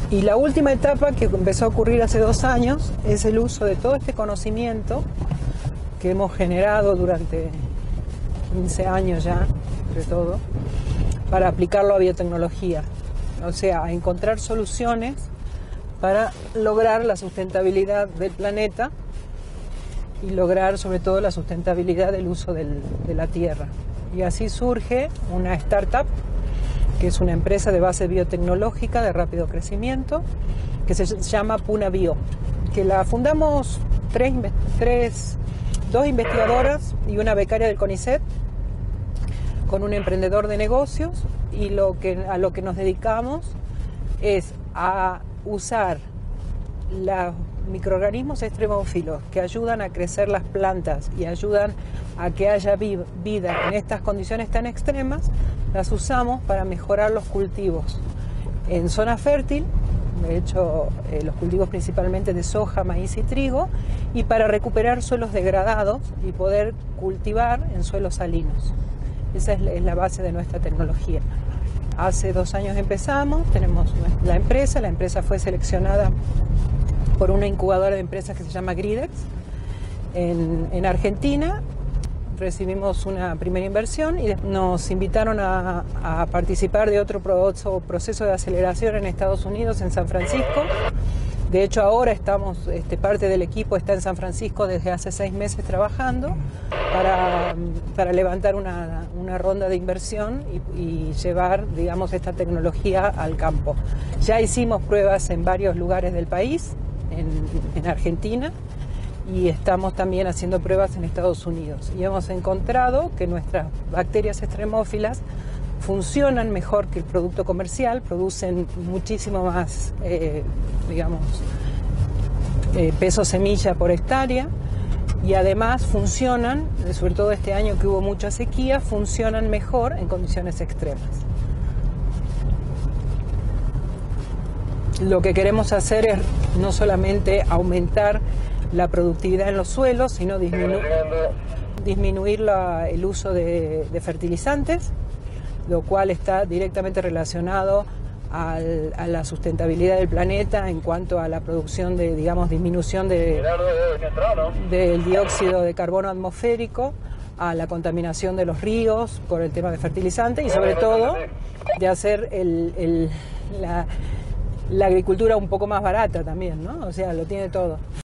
Y la última etapa, que empezó a ocurrir hace 2 años, es el uso de todo este conocimiento que hemos generado durante 15 años ya, sobre todo, para aplicarlo a biotecnología. O sea, a encontrar soluciones para lograr la sustentabilidad del planeta y lograr sobre todo la sustentabilidad del uso de la tierra. Y así surge una startup, que es una empresa de base biotecnológica de rápido crecimiento, que se llama Puna Bio, que la fundamos dos investigadoras y una becaria del CONICET, con un emprendedor de negocios, y a lo que nos dedicamos es a usar los microorganismos extremófilos que ayudan a crecer las plantas y ayudan a que haya vida en estas condiciones tan extremas. Las usamos para mejorar los cultivos en zona fértil, de hecho los cultivos principalmente de soja, maíz y trigo, y para recuperar suelos degradados y poder cultivar en suelos salinos. Esa es la base de nuestra tecnología. Hace 2 años empezamos, tenemos la empresa fue seleccionada por una incubadora de empresas que se llama Gridex en Argentina. Recibimos una primera inversión y nos invitaron a participar de otro proceso de aceleración en Estados Unidos, en San Francisco. De hecho, ahora parte del equipo está en San Francisco desde hace 6 meses trabajando para levantar una ronda de inversión y llevar, digamos, esta tecnología al campo. Ya hicimos pruebas en varios lugares del país, en Argentina, y estamos también haciendo pruebas en Estados Unidos. Y hemos encontrado que nuestras bacterias extremófilas funcionan mejor que el producto comercial, producen muchísimo más, peso semilla por hectárea, y además funcionan, sobre todo este año que hubo mucha sequía, funcionan mejor en condiciones extremas. Lo que queremos hacer es no solamente aumentar la productividad en los suelos, sino disminuir el uso de fertilizantes, lo cual está directamente relacionado a la sustentabilidad del planeta en cuanto a la producción de, disminución del dióxido de carbono atmosférico, a la contaminación de los ríos por el tema de fertilizantes y sobre todo de hacer la agricultura un poco más barata también, ¿no? O sea, lo tiene todo.